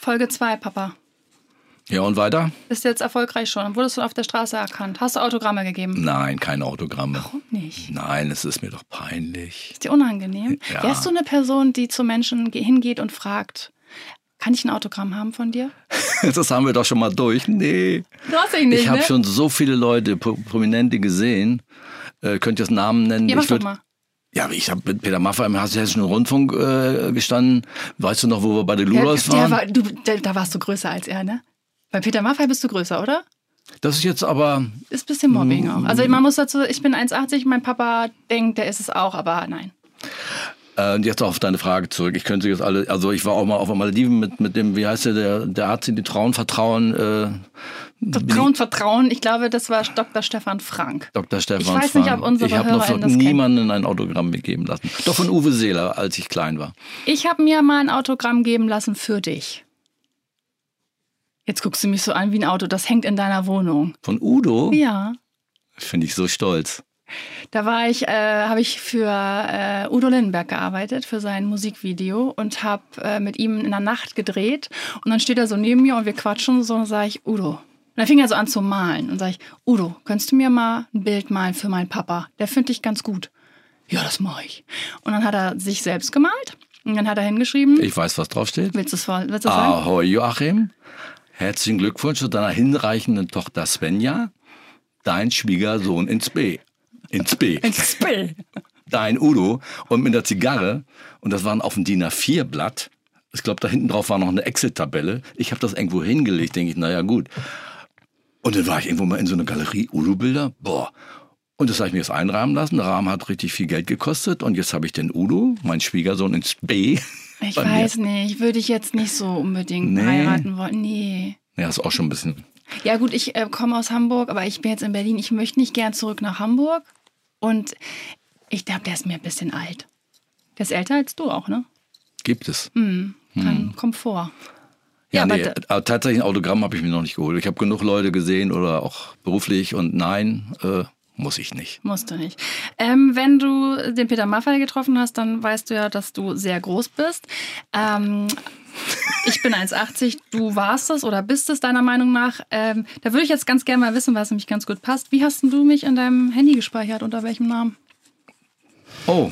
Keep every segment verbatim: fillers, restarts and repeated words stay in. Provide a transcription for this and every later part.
Folge zwei, Papa. Ja, und weiter? Bist du jetzt erfolgreich schon? Wurdest du auf der Straße erkannt? Hast du Autogramme gegeben? Nein, keine Autogramme. Warum nicht? Nein, es ist mir doch peinlich. Ist dir unangenehm? Ja. Wärst du eine Person, die zu Menschen ge- hingeht und fragt, kann ich ein Autogramm haben von dir? Das haben wir doch schon mal durch. Nee. Du hast ihn nicht, Ich habe ne? schon so viele Leute, Pro- Prominente gesehen. Äh, könnt ihr das Namen nennen? Ja, mach ich doch würd- mal. Ja, ich habe mit Peter Maffay im Hessischen Rundfunk äh, gestanden. Weißt du noch, wo wir bei den Der, Lulas der waren? war, du, der, da warst du größer als er, ne? Bei Peter Maffay bist du größer, oder? Das ist jetzt aber... Ist ein bisschen Mobbing auch. Also man muss dazu, ich bin eins achtzig, mein Papa denkt, der ist es auch, aber nein. Äh, jetzt auf deine Frage zurück. Ich könnte jetzt alle... Also ich war auch mal auf den Malediven mit, mit dem, wie heißt der, der, der Arzt, den die Trauen vertrauen... Äh, Vertrauen, Vertrauen, ich glaube, das war Doktor Stefan Frank. Doktor Stefan Ich weiß nicht, Frank. ob unsere Ich habe noch HörerInnen von das niemandem ein Autogramm mitgeben lassen. Doch von Uwe Seeler, als ich klein war. Ich habe mir mal ein Autogramm geben lassen für dich. Jetzt guckst du mich so an wie ein Auto, das hängt in deiner Wohnung. Von Udo? Ja. Finde ich so stolz. Da war ich, äh, habe ich für äh, Udo Lindenberg gearbeitet, für sein Musikvideo und habe äh, mit ihm in der Nacht gedreht. Und dann steht er so neben mir und wir quatschen so und sage ich, Udo. Und dann fing er so an zu malen und sage ich, Udo, könntest du mir mal ein Bild malen für meinen Papa? Der finde ich ganz gut. Ja, das mache ich. Und dann hat er sich selbst gemalt und dann hat er hingeschrieben. Ich weiß, was draufsteht. Willst du es vor- willst du es sagen? Ahoi Joachim, herzlichen Glückwunsch zu deiner hinreichenden Tochter Svenja, dein Schwiegersohn ins B. Ins B. Ins B. Dein Udo und mit der Zigarre, und das waren auf dem D I N A vier Blatt, ich glaube, da hinten drauf war noch eine Excel-Tabelle. Ich habe das irgendwo hingelegt, denke ich, naja gut. Und dann war ich irgendwo mal in so einer Galerie, Udo-Bilder, boah. Und das habe ich mir jetzt einrahmen lassen. Der Rahmen hat richtig viel Geld gekostet. Und jetzt habe ich den Udo, meinen Schwiegersohn, ins B. Ich bei weiß mir. nicht, würde ich jetzt nicht so unbedingt Nee. heiraten wollen. Nee. Ja, ist auch schon ein bisschen... Ja gut, ich äh, komme aus Hamburg, aber ich bin jetzt in Berlin. Ich möchte nicht gern zurück nach Hamburg. Und ich glaube, der ist mir ein bisschen alt. Der ist älter als du auch, ne? Gibt es. Hm, kann, kommt vor. Ja, Ja, nee, aber aber tatsächlich ein Autogramm habe ich mir noch nicht geholt. Ich habe genug Leute gesehen oder auch beruflich und nein, äh, muss ich nicht. Musst du nicht. Ähm, wenn du den Peter Maffay getroffen hast, dann weißt du ja, dass du sehr groß bist. Ähm, ich bin eins achtzig, du warst es oder bist es deiner Meinung nach. Ähm, da würde ich jetzt ganz gerne mal wissen, was nämlich ganz gut passt. Wie hast denn du mich in deinem Handy gespeichert? Unter welchem Namen? Oh.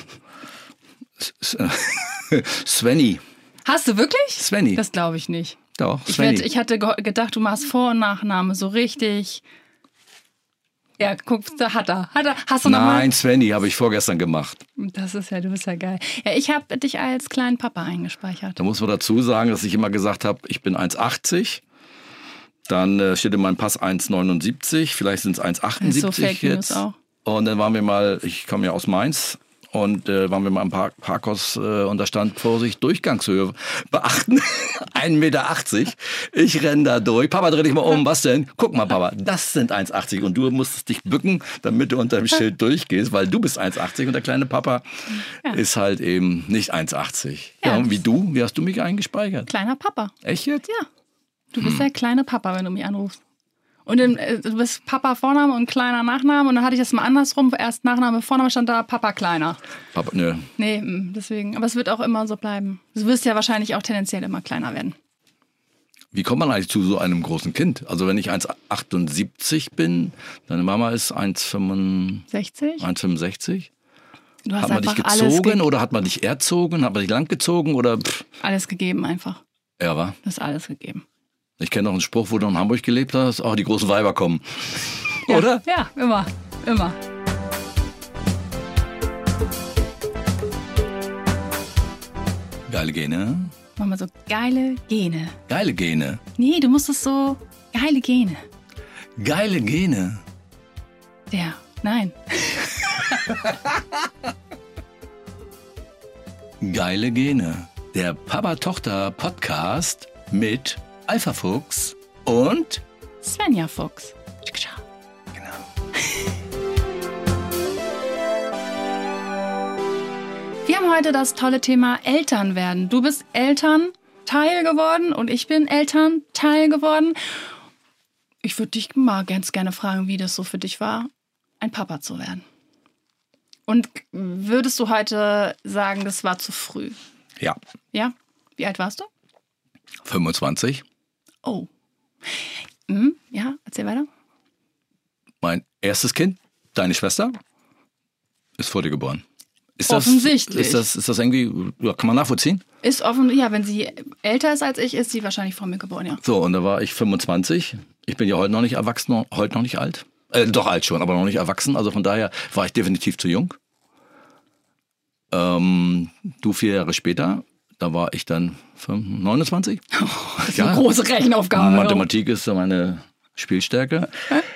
S- Svenny. Hast du wirklich? Svenny. Das glaube ich nicht. Doch, Ich, Svenny. werd, ich hatte ge- gedacht, du machst Vor- und Nachname so richtig. Ja, guck, da hat er. Hat er. Hast du noch mal? Nein, Svenny habe ich vorgestern gemacht. Das ist ja, du bist ja geil. Ja, ich habe dich als kleinen Papa eingespeichert. Da muss man dazu sagen, dass ich immer gesagt habe, ich bin eins achtzig. Dann äh, steht in meinem Pass eins neunundsiebzig, vielleicht sind es eins achtundsiebzig So Fake News jetzt. auch. Und dann waren wir mal, ich komme ja aus Mainz, und äh, waren wir mal im Park, Parkhaus äh, und da stand, Vorsicht, Durchgangshöhe beachten, ein Meter achtzig. Ich renn da durch. Papa, dreh dich mal um. Was denn? Guck mal, Papa, das sind eins achtzig und du musstest dich bücken, damit du unter dem Schild durchgehst, weil du bist eins achtzig und der kleine Papa Ja. ist halt eben nicht eins achtzig. Ja. Ja, und wie du? Wie hast du mich eingespeichert? Kleiner Papa. Echt jetzt? Ja. Du bist der kleine Papa, wenn du mich anrufst. Und im, äh, du bist Papa Vorname und kleiner Nachname. Und dann hatte ich das mal andersrum. Erst Nachname, Vorname stand da Papa kleiner. Papa, nö. Nee, mm, deswegen. Aber es wird auch immer so bleiben. Du wirst ja wahrscheinlich auch tendenziell immer kleiner werden. Wie kommt man eigentlich zu so einem großen Kind? Also wenn ich eins achtundsiebzig bin, deine Mama ist eins sechzig? fünfundsechzig. Du hast Hat man dich einfach alles, gezogen ge oder hat man dich erzogen? Hat man dich langgezogen oder pff, alles gegeben einfach. ja, wa? Du hast alles gegeben. Ich kenne noch einen Spruch, wo du in Hamburg gelebt hast, oh, die großen Weiber kommen. Ja, Oder? Ja, immer. Immer. Geile Gene. Mach mal so geile Gene. Geile Gene. Nee, du musst es so geile Gene. Geile Gene. Der. Nein. Geile Gene. Der Papa-Tochter-Podcast mit Alpha Fuchs und Svenja Fuchs. genau. Wir haben heute das tolle Thema Eltern werden. Du bist Elternteil geworden und ich bin Elternteil geworden. Ich würde dich mal ganz gerne fragen, wie das so für dich war, ein Papa zu werden. Und würdest du heute sagen, das war zu früh? Ja, Ja? Wie alt warst du? fünfundzwanzig. Oh. Mhm. Ja, erzähl weiter. Mein erstes Kind, deine Schwester, ist vor dir geboren. Ist das, offensichtlich. Ist das, ist das irgendwie, ja, kann man nachvollziehen? Ist offen, ja, wenn sie älter ist als ich, ist sie wahrscheinlich vor mir geboren, ja. So, und da war ich fünfundzwanzig. Ich bin ja heute noch nicht erwachsen, heute noch nicht alt. Äh, doch alt schon, aber noch nicht erwachsen. Also von daher war ich definitiv zu jung. Ähm, du vier Jahre später, da war ich dann neunundzwanzig. Oh, das ist ja eine große Rechenaufgabe. Mathematik ist so meine Spielstärke.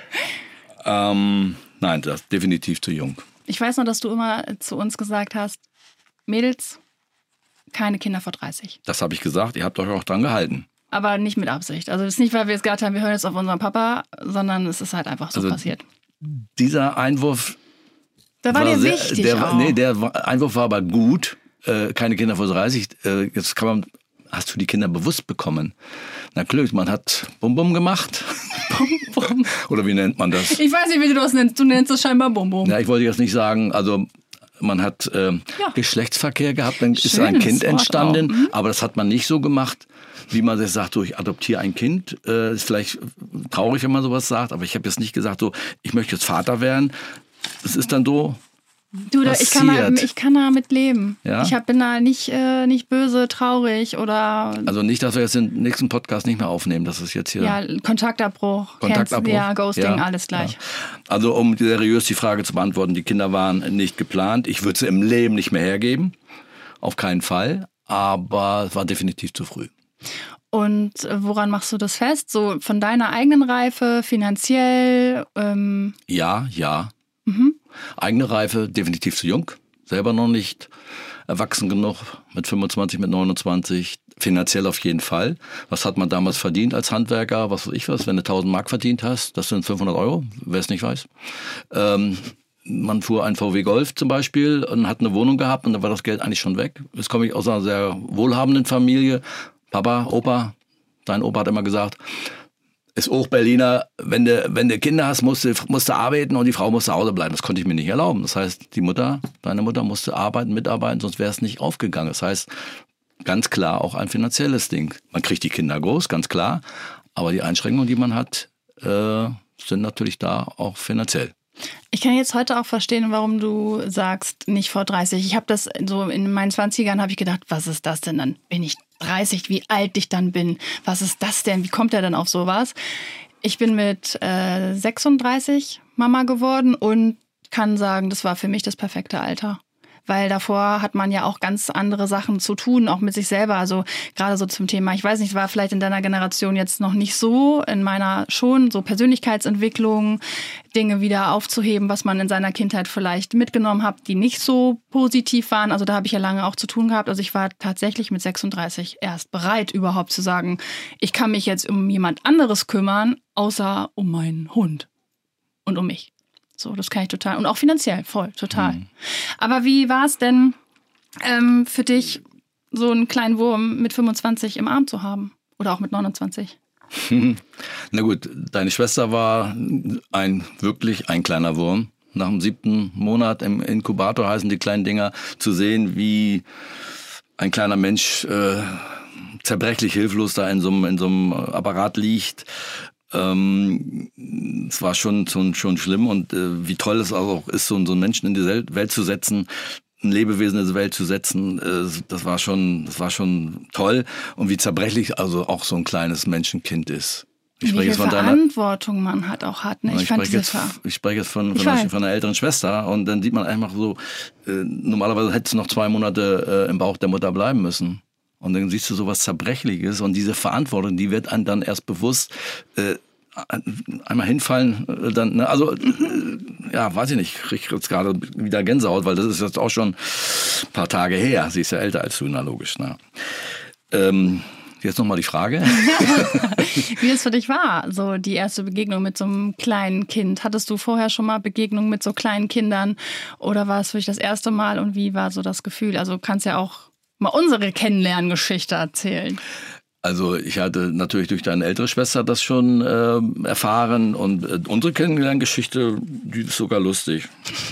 ähm, nein, das ist definitiv zu jung. Ich weiß noch, dass du immer zu uns gesagt hast, Mädels, keine Kinder vor dreißig. Das habe ich gesagt, ihr habt euch auch dran gehalten. Aber nicht mit Absicht. Also es ist nicht, weil wir es gesagt haben, wir hören jetzt auf unseren Papa, sondern es ist halt einfach so also passiert. Dieser Einwurf... Da war, war der sehr, wichtig der, auch. Nee, der Einwurf war aber gut. Äh, keine Kinder vor dreißig. Äh, jetzt kann man... Hast du die Kinder bewusst bekommen? Na klar, man hat Bum-Bum gemacht. Bum-Bum. Oder wie nennt man das? Ich weiß nicht, wie du das nennst. Du nennst es scheinbar Bum-Bum. Ja, ich wollte jetzt nicht sagen, also man hat äh, ja. Geschlechtsverkehr gehabt, dann ist ein Kind entstanden. Mhm. Aber das hat man nicht so gemacht, wie man das sagt, so ich adoptiere ein Kind. Äh, ist vielleicht traurig, wenn man sowas sagt, aber ich habe jetzt nicht gesagt, so ich möchte jetzt Vater werden. Es ist dann so... Du, da, ich, kann da, ich kann damit leben. Ja? Ich hab, bin da nicht, äh, nicht böse, traurig oder... Also nicht, dass wir jetzt den nächsten Podcast nicht mehr aufnehmen. Das ist jetzt hier... Ja, Kontaktabbruch. Kontaktabbruch. Ja, Ghosting, ja. alles gleich. Ja. Also um seriös die Frage zu beantworten, die Kinder waren nicht geplant. Ich würde sie im Leben nicht mehr hergeben. Auf keinen Fall. Aber es war definitiv zu früh. Und woran machst du das fest? So von deiner eigenen Reife, finanziell? Ähm Ja, ja. Mhm. Eigene Reife, definitiv zu jung. Selber noch nicht erwachsen genug. Mit fünfundzwanzig, mit neunundzwanzig. Finanziell auf jeden Fall. Was hat man damals verdient als Handwerker? Was weiß ich was, wenn du tausend Mark verdient hast? Das sind fünfhundert Euro, wer es nicht weiß. Ähm, man fuhr einen V W Golf zum Beispiel und hat eine Wohnung gehabt und dann war das Geld eigentlich schon weg. Jetzt komme ich aus einer sehr wohlhabenden Familie. Papa, Opa, dein Opa hat immer gesagt, ist Hochberliner, wenn du, wenn du Kinder hast, musst du, musst du arbeiten und die Frau muss zu Hause bleiben. Das konnte ich mir nicht erlauben. Das heißt, die Mutter, deine Mutter musste arbeiten, mitarbeiten, sonst wäre es nicht aufgegangen. Das heißt, ganz klar auch ein finanzielles Ding. Man kriegt die Kinder groß, ganz klar, aber die Einschränkungen, die man hat, äh, sind natürlich da auch finanziell. Ich kann jetzt heute auch verstehen, warum du sagst, nicht vor dreißig. Ich habe das so in meinen zwanzigern habe ich gedacht, was ist das denn? Dann bin ich dreißig, wie alt ich dann bin. Was ist das denn? Wie kommt er denn auf sowas? Ich bin mit äh, sechsunddreißig Mama geworden und kann sagen, das war für mich das perfekte Alter. Weil davor hat man ja auch ganz andere Sachen zu tun, auch mit sich selber. Also gerade so zum Thema, ich weiß nicht, war vielleicht in deiner Generation jetzt noch nicht so, in meiner schon, so Persönlichkeitsentwicklung, Dinge wieder aufzuheben, was man in seiner Kindheit vielleicht mitgenommen hat, die nicht so positiv waren. Also da habe ich ja lange auch zu tun gehabt. Also ich war tatsächlich mit sechsunddreißig erst bereit, überhaupt zu sagen, ich kann mich jetzt um jemand anderes kümmern, außer um meinen Hund und um mich. So, das kann ich total. Und auch finanziell, voll, total. Mhm. Aber wie war es denn ähm, für dich, so einen kleinen Wurm mit fünfundzwanzig im Arm zu haben? Oder auch mit neunundzwanzig? Na gut, deine Schwester war ein wirklich ein kleiner Wurm. Nach dem siebten Monat im Inkubator heißen die kleinen Dinger, zu sehen, wie ein kleiner Mensch äh, zerbrechlich hilflos da in so einem, in so einem Apparat liegt. Ähm, es war schon, schon, schon schlimm und äh, wie toll es auch ist, so, so einen Menschen in die Welt zu setzen, ein Lebewesen in die Welt zu setzen, äh, das war schon, das war schon toll und wie zerbrechlich also auch so ein kleines Menschenkind ist. Ich wie viel von Verantwortung deiner, man hat auch hat. Ne? Ich, ich, fand spreche jetzt, ich spreche jetzt von, von, einer, von einer älteren Schwester und dann sieht man einfach so, äh, normalerweise hätte es noch zwei Monate äh, im Bauch der Mutter bleiben müssen. Und dann siehst du sowas Zerbrechliches und diese Verantwortung, die wird einem dann erst bewusst, äh, einmal hinfallen, äh, dann, ne, also, äh, ja, weiß ich nicht, ich kriege jetzt gerade wieder Gänsehaut, weil das ist jetzt auch schon ein paar Tage her. Sie ist ja älter als du, na logisch. Na. Ähm, jetzt nochmal die Frage. Wie es für dich war, so die erste Begegnung mit so einem kleinen Kind. Hattest du vorher schon mal Begegnungen mit so kleinen Kindern oder war es für dich das erste Mal und wie war so das Gefühl? Also du kannst ja auch mal unsere Kennenlerngeschichte erzählen. Also ich hatte natürlich durch deine ältere Schwester das schon äh, erfahren und äh, unsere Kennenlerngeschichte, die ist sogar lustig.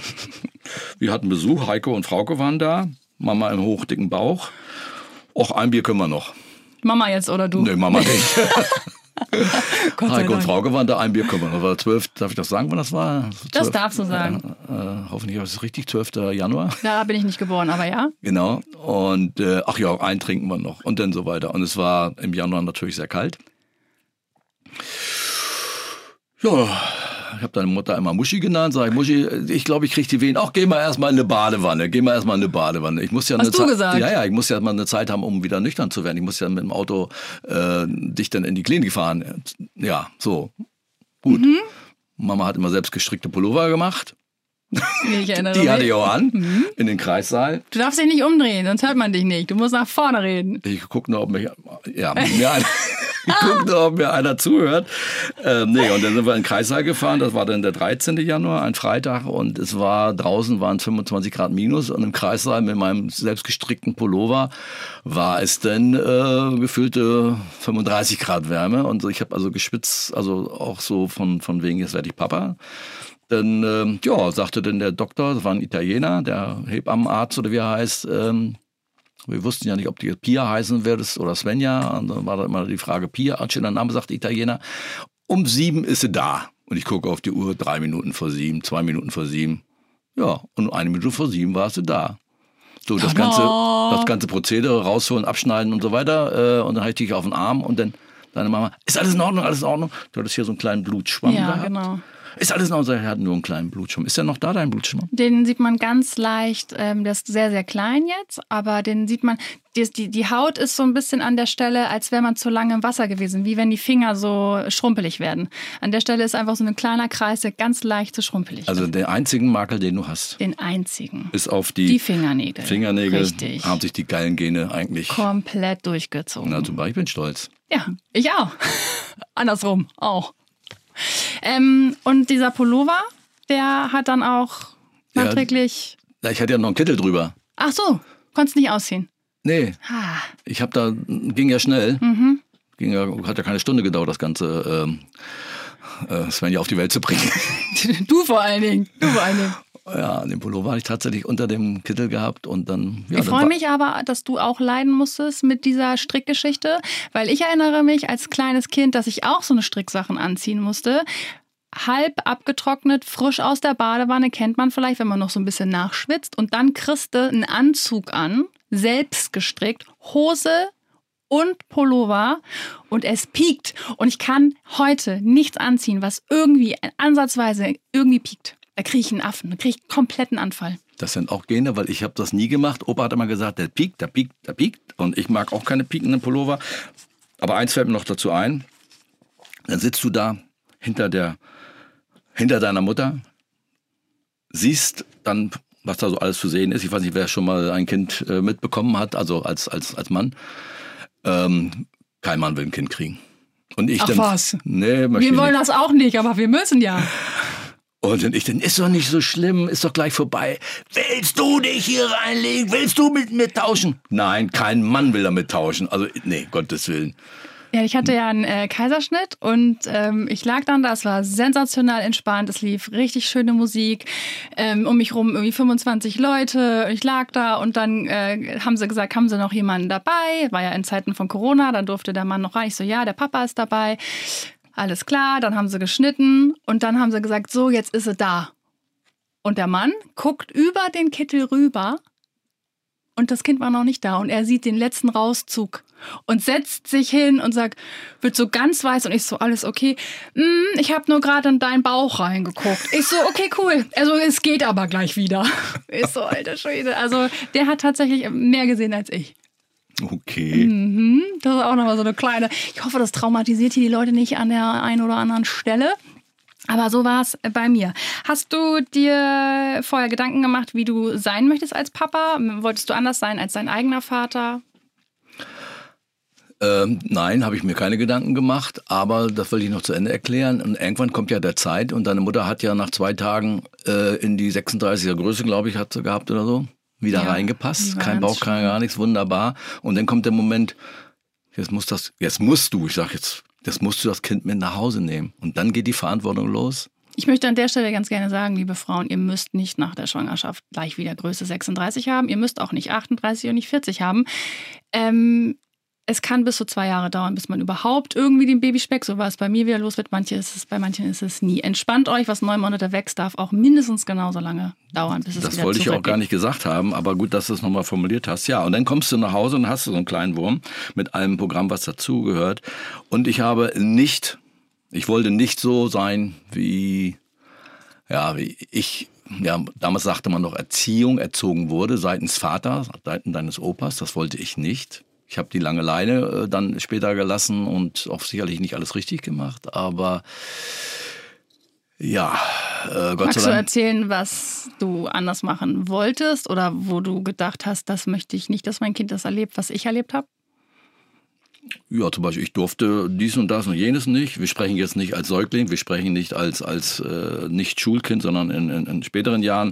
Wir hatten Besuch, Heiko und Frauke waren da, Mama im hochdicken Bauch. Och, ein Bier können wir noch. Mama jetzt oder du? Nee, Mama nicht. Gott sei Heiko und Dank. Frauke waren da, ein Bier kommen. Das war zwölf, darf ich das sagen, wann das war? Das zwölf, darfst du sagen. Äh, äh, hoffentlich ist es richtig, zwölfter Januar. Da bin ich nicht geboren, aber ja. Genau. Und äh, ach ja, ein trinken wir noch und dann so weiter. Und es war im Januar natürlich sehr kalt. Ja, ich habe deine Mutter einmal Muschi genannt, sage ich, Muschi, ich glaube, ich kriege die Wehen. Ach, geh mal erstmal in eine Badewanne, geh mal erstmal in eine Badewanne. Ich muss ja Hast eine du Zeit, gesagt? Ja, ja, ich muss ja mal eine Zeit haben, um wieder nüchtern zu werden. Ich muss ja mit dem Auto äh, dich dann in die Klinik fahren. Ja, so. Gut. Mhm. Mama hat immer selbst gestrickte Pullover gemacht. Nee, ich erinnere Die mich. hatte ich auch an, Mhm. in den Kreissaal. Du darfst dich nicht umdrehen, sonst hört man dich nicht. Du musst nach vorne reden. Ich gucke nur, ob mich, ja, mir einer, ich guck nur, ob mir einer zuhört. Ähm, nee, und dann sind wir in den Kreissaal gefahren. Das war dann der dreizehnte Januar, ein Freitag. Und es war, draußen waren es fünfundzwanzig Grad minus. Und im Kreissaal mit meinem selbstgestrickten Pullover war es dann äh, gefühlte fünfunddreißig Grad Wärme. Und so, ich habe also geschwitzt, also auch so von, von wegen, jetzt werde ich Papa. Dann, ähm, ja, sagte dann der Doktor, das war ein Italiener, der Hebammenarzt oder wie er heißt, ähm, wir wussten ja nicht, ob die Pia heißen würdest oder Svenja. Und dann war da immer die Frage, Pia, ein schöner Name, sagt der Italiener. Um sieben ist sie da. Und ich gucke auf die Uhr, drei Minuten vor sieben, zwei Minuten vor sieben. Ja, und eine Minute vor sieben war sie da. So, das ganze, das ganze Prozedere rausholen, abschneiden und so weiter. Äh, und dann hatte ich dich auf den Arm und dann deine Mama, ist alles in Ordnung, alles in Ordnung? Du hattest hier so einen kleinen Blutschwamm Ja, gehabt. genau. Ist alles in Ordnung? Er hat nur einen kleinen Blutschwamm. Ist der noch da, dein Blutschwamm? Den sieht man ganz leicht, ähm, der ist sehr, sehr klein jetzt, aber den sieht man, die, die, die Haut ist so ein bisschen an der Stelle, als wäre man zu lange im Wasser gewesen, wie wenn die Finger so schrumpelig werden. An der Stelle ist einfach so ein kleiner Kreis, der ganz leicht zu schrumpelig Also ist. den einzigen Makel, den du hast. Den einzigen. Bis auf die, Die Fingernägel. Fingernägel Richtig. haben sich die geilen Gene eigentlich... Komplett durchgezogen. Na super, ich bin stolz. Ja, ich auch. Andersrum auch. Ähm, und dieser Pullover, der hat dann auch Ja. nachträglich... Ja, ich hatte ja noch einen Kittel drüber. Ach so, konntest nicht ausziehen. Nee, Ah. ich habe da, ging ja schnell. Mhm. Ging ja, hat ja keine Stunde gedauert, das Ganze ähm, äh, Svenja auf die Welt zu bringen. Du vor allen Dingen. Du vor allen Dingen. Ja, den Pullover hatte ich tatsächlich unter dem Kittel gehabt und dann... Ja, Ich dann freue war- mich aber, dass du auch leiden musstest mit dieser Strickgeschichte, weil ich erinnere mich als kleines Kind, dass ich auch so eine Stricksachen anziehen musste. Halb abgetrocknet, frisch aus der Badewanne, kennt man vielleicht, wenn man noch so ein bisschen nachschwitzt. Und dann kriegst du einen Anzug an, selbst gestrickt, Hose und Pullover und es piekt. Und ich kann heute nichts anziehen, was irgendwie ansatzweise irgendwie piekt. Da kriege ich einen Affen, da kriege ich einen kompletten Anfall. Das sind auch Gene, weil ich habe das nie gemacht. Opa hat immer gesagt, der piekt, der piekt, der piekt. Und ich mag auch keine piekenden Pullover. Aber eins fällt mir noch dazu ein. Dann sitzt du da hinter der, hinter deiner Mutter, siehst dann, was da so alles zu sehen ist. Ich weiß nicht, wer schon mal ein Kind äh, mitbekommen hat, also als, als, als Mann. Ähm, kein Mann will ein Kind kriegen. Und ich Ach dann, was? Nee, möchte Wir ich wollen nicht. das auch nicht, aber wir müssen ja. Und dann ich dann, ist doch nicht so schlimm, ist doch gleich vorbei. Willst du dich hier reinlegen? Willst du mit mir tauschen? Nein, kein Mann will damit tauschen. Also, nee, Gottes Willen. Ja, ich hatte ja einen äh, Kaiserschnitt und ähm, ich lag dann da, es war sensationell entspannt, es lief richtig schöne Musik, ähm, um mich rum irgendwie fünfundzwanzig Leute, ich lag da und dann äh, haben sie gesagt, haben sie noch jemanden dabei, war ja in Zeiten von Corona, dann durfte der Mann noch rein, ich so, ja, der Papa ist dabei, alles klar, dann haben sie geschnitten und dann haben sie gesagt, so, jetzt ist sie da. Und der Mann guckt über den Kittel rüber und das Kind war noch nicht da und er sieht den letzten Rauszug und setzt sich hin und sagt, wird so ganz weiß und ich so, alles okay. Mm, ich habe nur gerade in deinen Bauch reingeguckt. Ich so, okay, cool. Also es geht aber gleich wieder. Ich so, alter Schwede. Also der hat tatsächlich mehr gesehen als ich. Okay. Mhm, das ist auch nochmal so eine kleine, ich hoffe, das traumatisiert hier die Leute nicht an der einen oder anderen Stelle. Aber so war es bei mir. Hast du dir vorher Gedanken gemacht, wie du sein möchtest als Papa? Wolltest du anders sein als dein eigener Vater? Ähm, nein, habe ich mir keine Gedanken gemacht, aber das will ich noch zu Ende erklären. Und irgendwann kommt ja der Zeit und deine Mutter hat ja nach zwei Tagen äh, in die sechsunddreißiger Größe, glaube ich, hat sie gehabt oder so, wieder Ja, reingepasst. die war Kein ganz Bauch, kein schön. gar nichts, wunderbar. Und dann kommt der Moment, jetzt muss das, jetzt musst du, ich sag jetzt, jetzt musst du das Kind mit nach Hause nehmen. Und dann geht die Verantwortung los. Ich möchte an der Stelle ganz gerne sagen, liebe Frauen, ihr müsst nicht nach der Schwangerschaft gleich wieder Größe sechsunddreißig haben. Ihr müsst auch nicht achtunddreißig und nicht vierzig haben. Ähm, es kann bis zu zwei Jahre dauern, bis man überhaupt irgendwie den Babyspeck, so was bei mir wieder los wird. Manche ist es, bei manchen ist es nie. Entspannt euch, was neun Monate wächst, darf auch mindestens genauso lange dauern, bis es Das wieder wollte ich auch zurückgeht. gar nicht gesagt haben, aber gut, dass du es nochmal formuliert hast. Ja, und dann kommst du nach Hause und hast so einen kleinen Wurm mit allem Programm, was dazugehört. Und ich habe nicht, ich wollte nicht so sein, wie, ja, wie ich, ja, damals sagte man noch Erziehung, erzogen wurde, seitens Vater, seitens deines Opas. Das wollte ich nicht. Ich habe die lange Leine äh, dann später gelassen und auch sicherlich nicht alles richtig gemacht, aber ja, äh, Gott Magst sei du Dank. erzählen, was du anders machen wolltest oder wo du gedacht hast, das möchte ich nicht, dass mein Kind das erlebt, was ich erlebt habe? Ja, zum Beispiel, ich durfte dies und das und jenes nicht. Wir sprechen jetzt nicht als Säugling, wir sprechen nicht als, als äh, nicht Schulkind, sondern in, in, in späteren Jahren.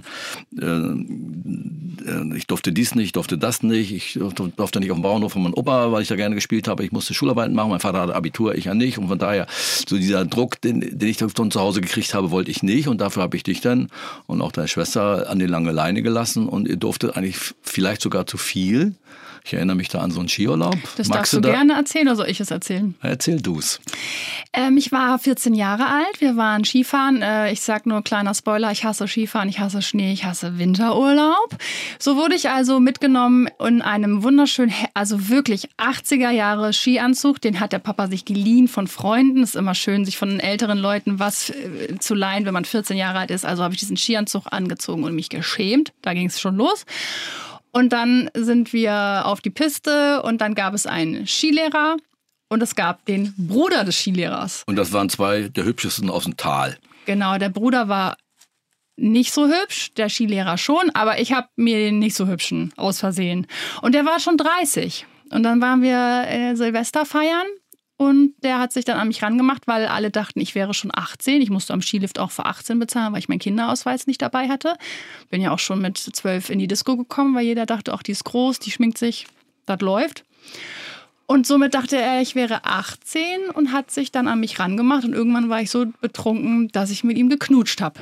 Äh, ich durfte dies nicht, ich durfte das nicht. Ich durfte, durfte nicht auf dem Bauernhof von meinem Opa, weil ich da gerne gespielt habe. Ich musste Schularbeiten machen, mein Vater hatte Abitur, ich ja nicht. Und von daher, so dieser Druck, den, den ich von zu Hause gekriegt habe, wollte ich nicht. Und dafür habe ich dich dann und auch deine Schwester an die lange Leine gelassen. Und ihr durftet eigentlich vielleicht sogar zu viel. Ich erinnere mich da an so einen Skiurlaub. Das Magst darfst du da? gerne erzählen oder soll ich es erzählen? Erzähl du's. Ähm, ich war vierzehn Jahre alt, wir waren Skifahren. Äh, ich sag nur, kleiner Spoiler, ich hasse Skifahren, ich hasse Schnee, ich hasse Winterurlaub. So wurde ich also mitgenommen in einem wunderschönen, also wirklich achtziger Jahre Skianzug. Den hat der Papa sich geliehen von Freunden. Es ist immer schön, sich von den älteren Leuten was äh, zu leihen, wenn man vierzehn Jahre alt ist. Also habe ich diesen Skianzug angezogen und mich geschämt. Da ging es schon los. Und dann sind wir auf die Piste und dann gab es einen Skilehrer und es gab den Bruder des Skilehrers. Und das waren zwei der hübschesten aus dem Tal. Genau, der Bruder war nicht so hübsch, der Skilehrer schon, aber ich habe mir den nicht so hübschen aus Versehen. Und der war schon dreißig. Und dann waren wir äh, Silvester feiern. Und der hat sich dann an mich rangemacht, weil alle dachten, ich wäre schon achtzehn. Ich musste am Skilift auch für achtzehn bezahlen, weil ich meinen Kinderausweis nicht dabei hatte. Bin ja auch schon mit zwölf in die Disco gekommen, weil jeder dachte, ach, die ist groß, die schminkt sich, das läuft. Und somit dachte er, ich wäre achtzehn und hat sich dann an mich rangemacht. Und irgendwann war ich so betrunken, dass ich mit ihm geknutscht habe.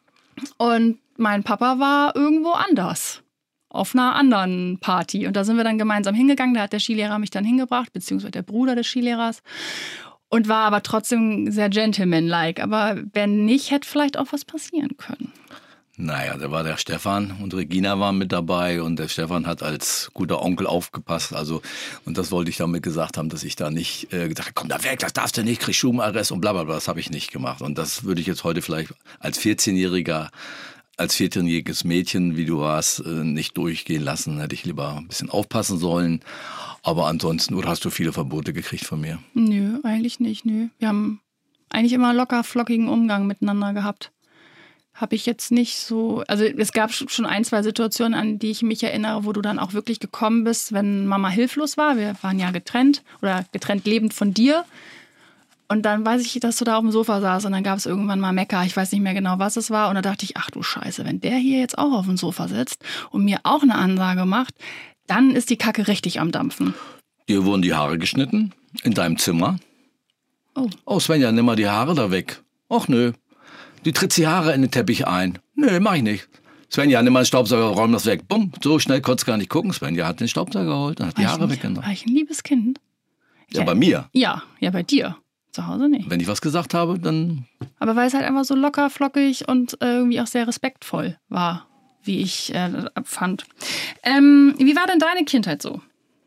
Und mein Papa war irgendwo anders. Auf einer anderen Party. Und da sind wir dann gemeinsam hingegangen. Da hat der Skilehrer mich dann hingebracht, beziehungsweise der Bruder des Skilehrers. Und war aber trotzdem sehr gentlemanlike. Aber wenn nicht, hätte vielleicht auch was passieren können. Naja, da war der Stefan und Regina waren mit dabei und der Stefan hat als guter Onkel aufgepasst. Also, und das wollte ich damit gesagt haben, dass ich da nicht äh, gesagt habe, komm da weg, das darfst du nicht, kriegst Schubenarrest und bla bla bla. Das habe ich nicht gemacht. Und das würde ich jetzt heute vielleicht als vierzehnjähriger als vierzehnjähriges Mädchen, wie du warst, nicht durchgehen lassen. Hätte ich lieber ein bisschen aufpassen sollen. Aber ansonsten, oder hast du viele Verbote gekriegt von mir? Nö, eigentlich nicht, nö. Wir haben eigentlich immer locker flockigen Umgang miteinander gehabt. Habe ich jetzt nicht so, also es gab schon ein, zwei Situationen, an die ich mich erinnere, wo du dann auch wirklich gekommen bist, wenn Mama hilflos war. Wir waren ja getrennt oder getrennt lebend von dir. Und dann weiß ich, dass du da auf dem Sofa saß und dann gab es irgendwann mal Mecker. Ich weiß nicht mehr genau, was es war. Und da dachte ich, ach du Scheiße, wenn der hier jetzt auch auf dem Sofa sitzt und mir auch eine Ansage macht, dann ist die Kacke richtig am Dampfen. Dir wurden die Haare geschnitten in deinem Zimmer. Oh. Oh, Svenja, nimm mal die Haare da weg. Och nö, die tritt die Haare in den Teppich ein. Nö, mach ich nicht. Svenja, nimm mal den Staubsauger, räum das weg. Bumm, so schnell konntest du gar nicht gucken. Svenja hat den Staubsauger geholt und hat die War Haare ich, weggenommen. war ich ein liebes Kind? Ja, Ja. bei mir. Ja, ja, bei dir. Zu Hause nicht. Wenn ich was gesagt habe, dann... Aber weil es halt einfach so locker, flockig und irgendwie auch sehr respektvoll war, wie ich äh, fand. Ähm, wie war denn deine Kindheit so?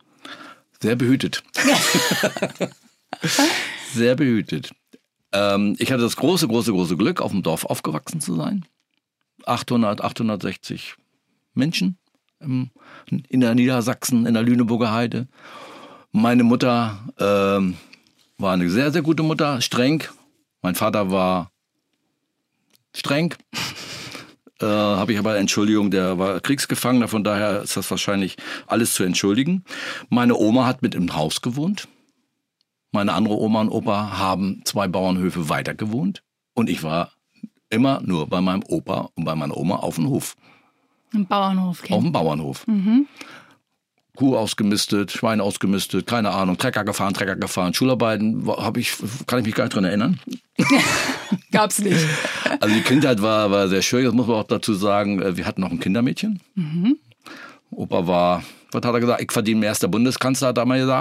Sehr behütet. Sehr behütet. Ähm, ich hatte das große, große, große Glück, auf dem Dorf aufgewachsen zu sein. achthundert, achthundertsechzig Menschen im, in der Niedersachsen, in der Lüneburger Heide. Meine Mutter ähm, war eine sehr, sehr gute Mutter, streng. Mein Vater war streng. Äh, habe ich aber Entschuldigung, der war Kriegsgefangener, von daher ist das wahrscheinlich alles zu entschuldigen. Meine Oma hat mit im Haus gewohnt. Meine andere Oma und Opa haben zwei Bauernhöfe weiter gewohnt. Und ich war immer nur bei meinem Opa und bei meiner Oma auf dem Hof. Im Bauernhof. Auf dem Bauernhof. Mhm. Kuh ausgemistet, Schwein ausgemistet, keine Ahnung, Trecker gefahren, Trecker gefahren, Schularbeiten, hab ich, kann ich mich gar nicht dran erinnern. Gab's nicht. Also die Kindheit war, war sehr schön, das muss man auch dazu sagen, wir hatten noch ein Kindermädchen. Mhm. Opa war, was hat er gesagt, ich verdiene mehr als der Bundeskanzler, hat er mal gesagt.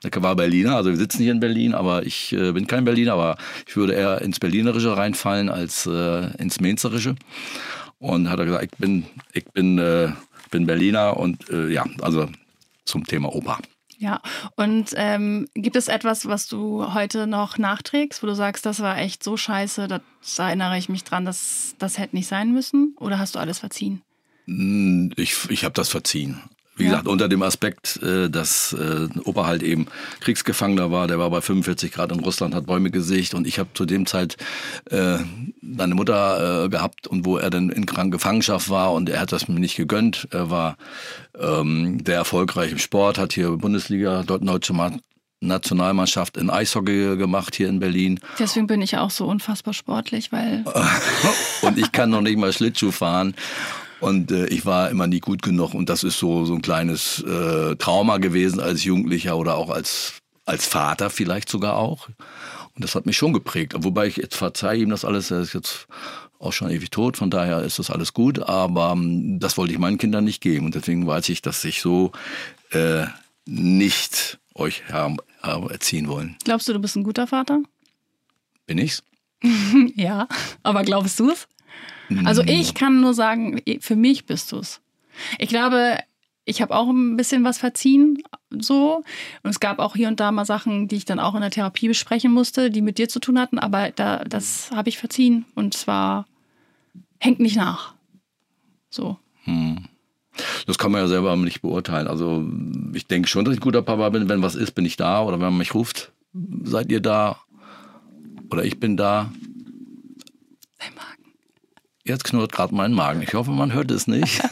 Der war Berliner, also wir sitzen hier in Berlin, aber ich äh, bin kein Berliner, aber ich würde eher ins Berlinerische reinfallen als äh, ins Mainzerische. Und hat er gesagt, ich bin, ich bin, äh, bin Berliner und äh, ja, also zum Thema Opa. Ja, und ähm, gibt es etwas, was du heute noch nachträgst, wo du sagst, das war echt so scheiße, das, da erinnere ich mich dran, dass das hätte nicht sein müssen? Oder hast du alles verziehen? Ich, ich habe das verziehen. Wie Ja. gesagt, unter dem Aspekt, dass äh, Opa halt eben Kriegsgefangener war, der war bei fünfundvierzig Grad in Russland, hat Bäume gesägt und ich habe zu dem Zeit äh, meine Mutter äh, gehabt und wo er dann in Gefangenschaft war und er hat das mir nicht gegönnt. Er war ähm, sehr erfolgreich im Sport, hat hier Bundesliga, dort deutsche Nationalmannschaft in Eishockey gemacht hier in Berlin. Deswegen bin ich auch so unfassbar sportlich, weil... Und ich kann noch nicht mal Schlittschuh fahren. Und äh, ich war immer nie gut genug und das ist so so ein kleines äh, Trauma gewesen als Jugendlicher oder auch als als Vater vielleicht sogar auch. Und das hat mich schon geprägt. Wobei ich jetzt verzeihe ihm das alles, er ist jetzt auch schon ewig tot, von daher ist das alles gut. Aber ähm, das wollte ich meinen Kindern nicht geben und deswegen weiß ich, dass ich so äh, nicht euch haben, haben erziehen wollen. Glaubst du, du bist ein guter Vater? Bin ich's? Ja, aber glaubst du es? Also ich kann nur sagen, für mich bist du es. Ich glaube, ich habe auch ein bisschen was verziehen, so. Und es gab auch hier und da mal Sachen, die ich dann auch in der Therapie besprechen musste, die mit dir zu tun hatten. Aber da, das habe ich verziehen. Und zwar hängt nicht nach. So. Hm. Das kann man ja selber nicht beurteilen. Also ich denke schon, dass ich ein guter Papa bin. Wenn was ist, bin ich da. Oder wenn man mich ruft, seid ihr da? Oder ich bin da. Dein Magen. Jetzt knurrt gerade mein Magen. Ich hoffe, man hört es nicht.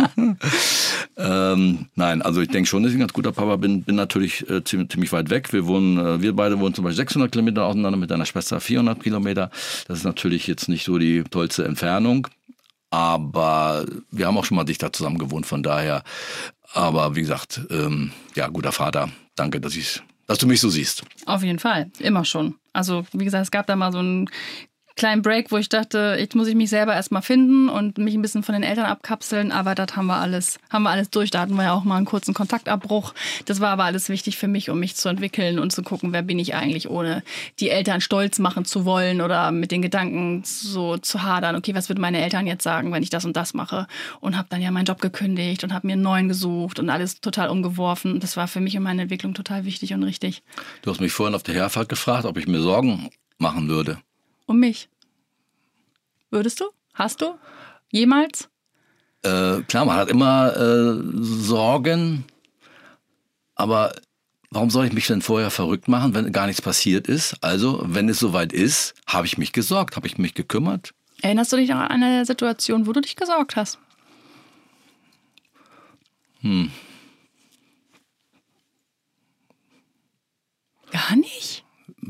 ähm, nein, also ich denke schon, dass ich ein ganz guter Papa bin. Bin natürlich äh, ziemlich, ziemlich weit weg. Wir wohnen, äh, wir beide wohnen zum Beispiel sechshundert Kilometer auseinander, mit deiner Schwester vierhundert Kilometer. Das ist natürlich jetzt nicht so die tollste Entfernung. Aber wir haben auch schon mal dichter zusammen gewohnt, von daher. Aber wie gesagt, ähm, ja, guter Vater. Danke, dass, ich, dass du mich so siehst. Auf jeden Fall, immer schon. Also wie gesagt, es gab da mal so einen kleinen Break, wo ich dachte, jetzt muss ich mich selber erstmal finden und mich ein bisschen von den Eltern abkapseln, aber das haben wir alles, haben wir alles durch. Da hatten wir ja auch mal einen kurzen Kontaktabbruch. Das war aber alles wichtig für mich, um mich zu entwickeln und zu gucken, wer bin ich eigentlich, ohne die Eltern stolz machen zu wollen oder mit den Gedanken so zu hadern, okay, was würden meine Eltern jetzt sagen, wenn ich das und das mache? Und habe dann ja meinen Job gekündigt und habe mir einen neuen gesucht und alles total umgeworfen. Das war für mich und meine Entwicklung total wichtig und richtig. Du hast mich vorhin auf der Herfahrt gefragt, ob ich mir Sorgen machen würde. Um mich. Würdest du? Hast du? Jemals? Äh, klar, man hat immer äh, Sorgen, aber warum soll ich mich denn vorher verrückt machen, wenn gar nichts passiert ist? Also, wenn es soweit ist, habe ich mich gesorgt, habe ich mich gekümmert. Erinnerst du dich noch an eine Situation, wo du dich gesorgt hast? Hm. Gar nicht?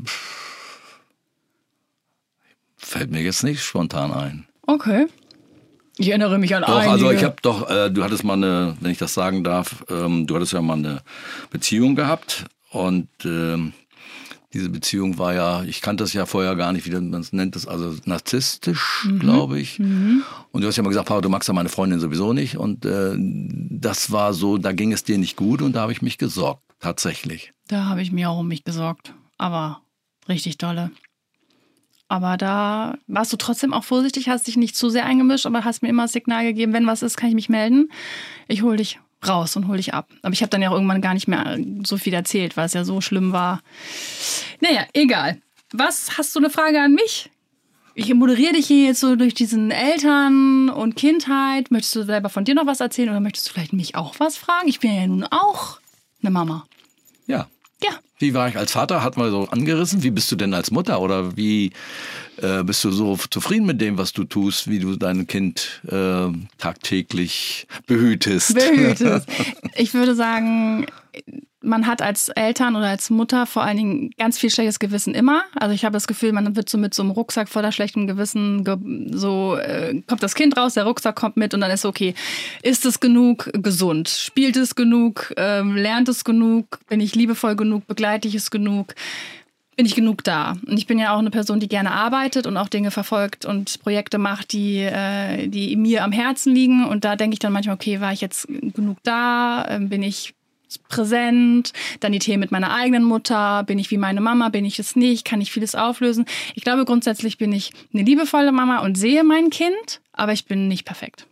Fällt mir jetzt nicht spontan ein. Okay. Ich erinnere mich an Doch, einige. also ich habe doch, äh, du hattest mal eine, wenn ich das sagen darf, ähm, du hattest ja mal eine Beziehung gehabt und ähm, diese Beziehung war ja, ich kannte das ja vorher gar nicht, wie man es nennt, das also narzisstisch, mhm. glaube ich. Mhm. Und du hast ja mal gesagt, Papa, du magst ja meine Freundin sowieso nicht und äh, das war so, da ging es dir nicht gut und da habe ich mich gesorgt, tatsächlich. Da habe ich mir auch um mich gesorgt, aber richtig dolle. Aber da warst du trotzdem auch vorsichtig, hast dich nicht zu sehr eingemischt, aber hast mir immer das Signal gegeben, wenn was ist, kann ich mich melden. Ich hole dich raus und hole dich ab. Aber ich habe dann ja auch irgendwann gar nicht mehr so viel erzählt, weil es ja so schlimm war. Naja, egal. Was, hast du eine Frage an mich? Ich moderiere dich hier jetzt so durch diesen Eltern und Kindheit. Möchtest du selber von dir noch was erzählen oder möchtest du vielleicht mich auch was fragen? Ich bin ja nun auch eine Mama. Ja. Ja. Wie war ich als Vater? Hat man so angerissen. Wie bist du denn als Mutter? Oder wie äh, bist du so zufrieden mit dem, was du tust, wie du dein Kind äh, tagtäglich behütest? Behütest. Ich würde sagen, man hat als Eltern oder als Mutter vor allen Dingen ganz viel schlechtes Gewissen immer. Also ich habe das Gefühl, man wird so mit so einem Rucksack voller schlechtem Gewissen, so äh, kommt das Kind raus, der Rucksack kommt mit und dann ist okay, ist es genug gesund? Spielt es genug? Ähm, lernt es genug? Bin ich liebevoll genug? Begleite ich es genug? Bin ich genug da? Und ich bin ja auch eine Person, die gerne arbeitet und auch Dinge verfolgt und Projekte macht, die, äh, die mir am Herzen liegen. Und da denke ich dann manchmal, okay, war ich jetzt genug da? Ähm, bin ich präsent? Dann die Themen mit meiner eigenen Mutter. Bin ich wie meine Mama? Bin ich es nicht? Kann ich vieles auflösen? Ich glaube, grundsätzlich bin ich eine liebevolle Mama und sehe mein Kind, aber ich bin nicht perfekt.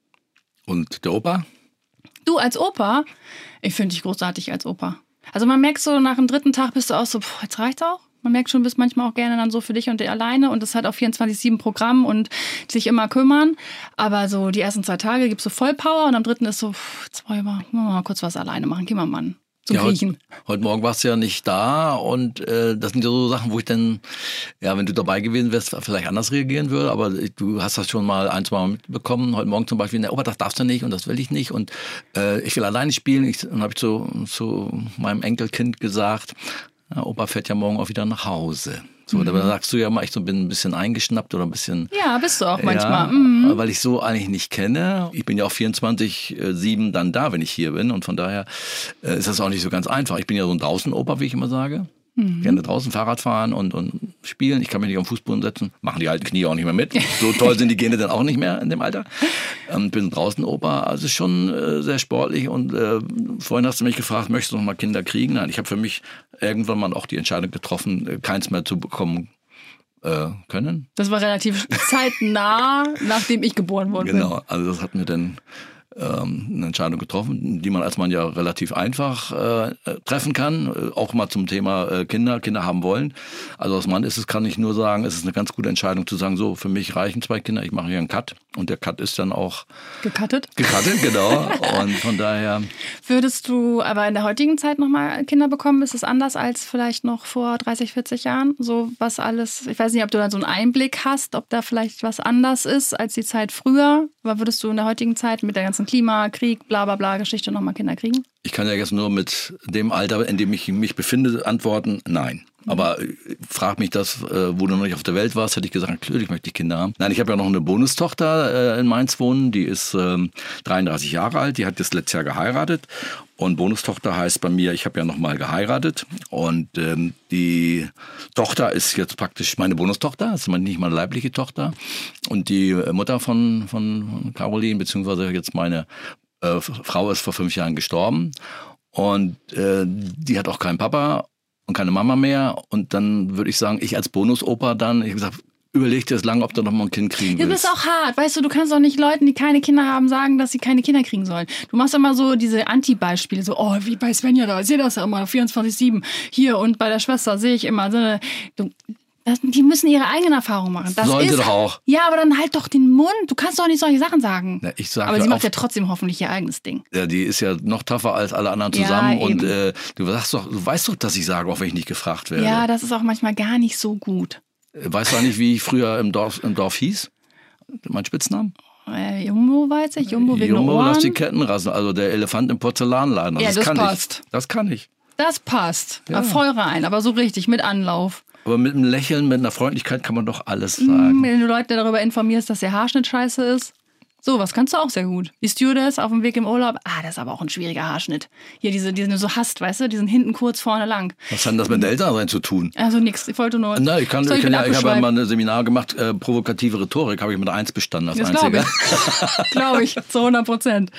Und der Opa? Du als Opa, ich finde dich großartig als Opa. Also man merkt so, nach dem dritten Tag bist du auch so, pff, jetzt reicht's auch. Man merkt schon, du bist manchmal auch gerne dann so für dich und dich alleine und das hat auch vierundzwanzig sieben Programm und sich immer kümmern. Aber so die ersten zwei Tage gibst du voll Power und am dritten ist so, pff, jetzt wollen wir mal kurz was alleine machen, geh mal Mann. Zum ja, Kriechen. Heute, heute Morgen warst du ja nicht da und äh, das sind ja so Sachen, wo ich dann, ja, wenn du dabei gewesen wärst, vielleicht anders reagieren würde, aber du hast das schon mal ein, zwei Mal mitbekommen. Heute Morgen zum Beispiel, oh, das darfst du nicht und das will ich nicht und äh, ich will alleine spielen. Ich, dann habe ich zu, zu meinem Enkelkind gesagt, ja, Opa fährt ja morgen auch wieder nach Hause. So, mhm. Da sagst du ja mal, ich so bin ein bisschen eingeschnappt oder ein bisschen... Ja, bist du auch manchmal. Ja, mhm. Weil ich so eigentlich nicht kenne. Ich bin ja auch vierundzwanzig sieben dann da, wenn ich hier bin. Und von daher äh, ist das auch nicht so ganz einfach. Ich bin ja so ein Draußen-Opa, wie ich immer sage. Mhm. Gerne draußen Fahrrad fahren und, und spielen. Ich kann mich nicht auf den Fußboden setzen. Machen die alten Knie auch nicht mehr mit. So toll sind die Gene dann auch nicht mehr in dem Alter. Ähm, bin draußen Opa. Also schon äh, sehr sportlich. Und äh, vorhin hast du mich gefragt, möchtest du noch mal Kinder kriegen? Nein, ich habe für mich irgendwann mal auch die Entscheidung getroffen, keins mehr zu bekommen äh, können. Das war relativ zeitnah, nachdem ich geboren worden genau, bin. Genau, also das hat mir dann ähm, eine Entscheidung getroffen, die man als Mann ja relativ einfach äh, treffen kann, äh, auch mal zum Thema äh, Kinder, Kinder haben wollen. Also als Mann ist es, kann ich nur sagen, es ist eine ganz gute Entscheidung zu sagen, so, für mich reichen zwei Kinder, ich mache hier einen Cut und der Cut ist dann auch gecuttet. Gecuttet, genau. Und von daher... Würdest du aber in der heutigen Zeit nochmal Kinder bekommen? Ist es anders als vielleicht noch vor dreißig, vierzig Jahren? So was alles, ich weiß nicht, ob du da so einen Einblick hast, ob da vielleicht was anders ist als die Zeit früher. Aber würdest du in der heutigen Zeit mit der ganzen Klima, Krieg, bla bla bla Geschichte nochmal Kinder kriegen? Ich kann ja jetzt nur mit dem Alter, in dem ich mich befinde, antworten, nein. Aber frag mich das, wo du noch nicht auf der Welt warst, hätte ich gesagt, natürlich möchte ich Kinder haben. Nein, ich habe ja noch eine Bonustochter in Mainz wohnen, die ist dreiunddreißig Jahre alt, die hat jetzt letztes Jahr geheiratet. Und Bonustochter heißt bei mir, ich habe ja noch mal geheiratet. Und ähm, die Tochter ist jetzt praktisch meine Bonustochter, das ist nicht meine leibliche Tochter. Und die Mutter von, von Caroline, beziehungsweise jetzt meine äh, Frau ist vor fünf Jahren gestorben. Und äh, die hat auch keinen Papa und keine Mama mehr. Und dann würde ich sagen, ich als Bonusopa dann, ich habe gesagt, überleg dir das lange, ob du noch mal ein Kind kriegen willst. Du bist auch hart, weißt du, du kannst auch nicht Leuten, die keine Kinder haben, sagen, dass sie keine Kinder kriegen sollen. Du machst immer so diese Anti-Beispiele, so, oh, wie bei Svenja da, ich sehe das ja immer, vierundzwanzig sieben, hier und bei der Schwester sehe ich immer, so, du, das, die müssen ihre eigenen Erfahrungen machen. Das Sollte ist, doch auch. Ja, aber dann halt doch den Mund, du kannst doch nicht solche Sachen sagen. Na, ich sag aber ja sie macht oft, ja trotzdem hoffentlich ihr eigenes Ding. Ja, die ist ja noch tougher als alle anderen zusammen. Ja, und äh, du sagst doch, du weißt doch, dass ich sage, auch wenn ich nicht gefragt werde. Ja, das ist auch manchmal gar nicht so gut. Weißt du eigentlich, wie ich früher im Dorf, im Dorf hieß? Mein Spitznamen? Äh, Jumbo weiß ich, Jumbo wegen Jumbo, Ohren. lass die Ketten rasen. Also der Elefant im Porzellanladen. Also ja, das, das kann passt. Ich. Das kann ich. Das passt. Ja. Voll rein, aber so richtig, mit Anlauf. Aber mit einem Lächeln, mit einer Freundlichkeit kann man doch alles sagen. Wenn du Leute darüber informierst, dass der Haarschnitt scheiße ist. Sowas kannst du auch sehr gut. Die Stewardess auf dem Weg im Urlaub, ah, das ist aber auch ein schwieriger Haarschnitt. Hier, diese, die du so hast, weißt du, die sind hinten kurz, vorne lang. Was hat denn das mit den Elternsein zu tun? Also nix, ich wollte nur... Na, ich kann, Soll ich kann ja, ich habe ja abbeschreiben? mal ein Seminar gemacht, äh, provokative Rhetorik, habe ich mit eins bestanden als Das einziger. glaube ich. Glaube ich, zu hundert Prozent.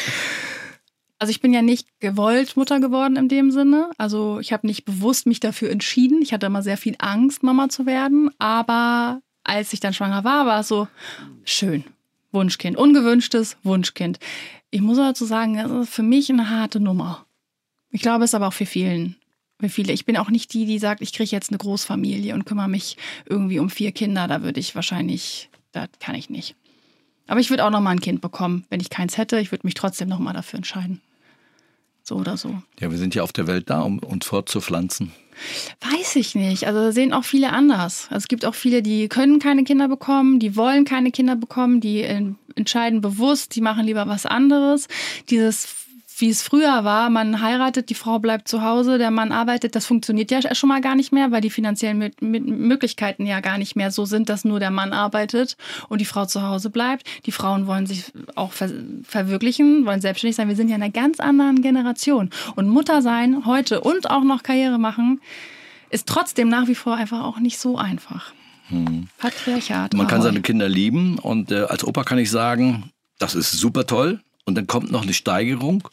Also ich bin ja nicht gewollt Mutter geworden in dem Sinne. Also ich habe nicht bewusst mich dafür entschieden. Ich hatte immer sehr viel Angst, Mama zu werden. Aber als ich dann schwanger war, war es so schön. Wunschkind. Ungewünschtes Wunschkind. Ich muss dazu sagen, das ist für mich eine harte Nummer. Ich glaube, es ist aber auch für vielen. Für viele. Ich bin auch nicht die, die sagt, ich kriege jetzt eine Großfamilie und kümmere mich irgendwie um vier Kinder. Da würde ich wahrscheinlich, das kann ich nicht. Aber ich würde auch noch mal ein Kind bekommen. Wenn ich keins hätte, ich würde mich trotzdem noch mal dafür entscheiden. So oder so. Ja, wir sind ja auf der Welt da, um uns fortzupflanzen. Weiß ich nicht. Also sehen auch viele anders. Also es gibt auch viele, die können keine Kinder bekommen, die wollen keine Kinder bekommen, die entscheiden bewusst, die machen lieber was anderes. Dieses, wie es früher war, man heiratet, die Frau bleibt zu Hause, der Mann arbeitet, das funktioniert ja schon mal gar nicht mehr, weil die finanziellen Möglichkeiten ja gar nicht mehr so sind, dass nur der Mann arbeitet und die Frau zu Hause bleibt. Die Frauen wollen sich auch ver- verwirklichen, wollen selbstständig sein. Wir sind ja in einer ganz anderen Generation. Und Mutter sein heute und auch noch Karriere machen, ist trotzdem nach wie vor einfach auch nicht so einfach. Hm. Patriarchat. Man kann Ahoi. seine Kinder lieben und äh, als Opa kann ich sagen, das ist super toll. Und dann kommt noch eine Steigerung.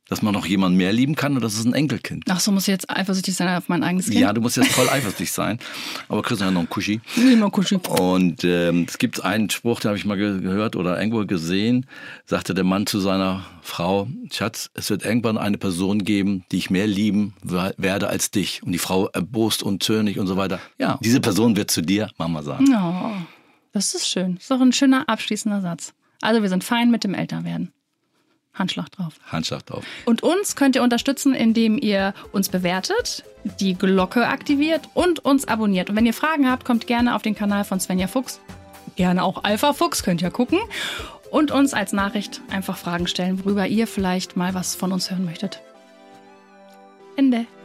Dass man noch jemanden mehr lieben kann und das ist ein Enkelkind. Ach so, muss ich jetzt eifersüchtig sein auf mein eigenes Kind? Ja, du musst jetzt voll eifersüchtig sein. Aber kriegst ja noch einen Kuschi. Immer Kuschi. Und ähm, es gibt einen Spruch, den habe ich mal ge- gehört oder irgendwo gesehen, sagte der Mann zu seiner Frau, Schatz, es wird irgendwann eine Person geben, die ich mehr lieben wer- werde als dich. Und die Frau erbost und zürnig und so weiter. Ja, diese Person wird zu dir Mama sagen. Oh, das ist schön. Das ist doch ein schöner abschließender Satz. Also wir sind fein mit dem Älterwerden. Handschlag drauf. Handschlag drauf. Und uns könnt ihr unterstützen, indem ihr uns bewertet, die Glocke aktiviert und uns abonniert. Und wenn ihr Fragen habt, kommt gerne auf den Kanal von Svenja Fuchs. Gerne auch Alpha Fuchs, könnt ihr gucken. Und uns als Nachricht einfach Fragen stellen, worüber ihr vielleicht mal was von uns hören möchtet. Ende.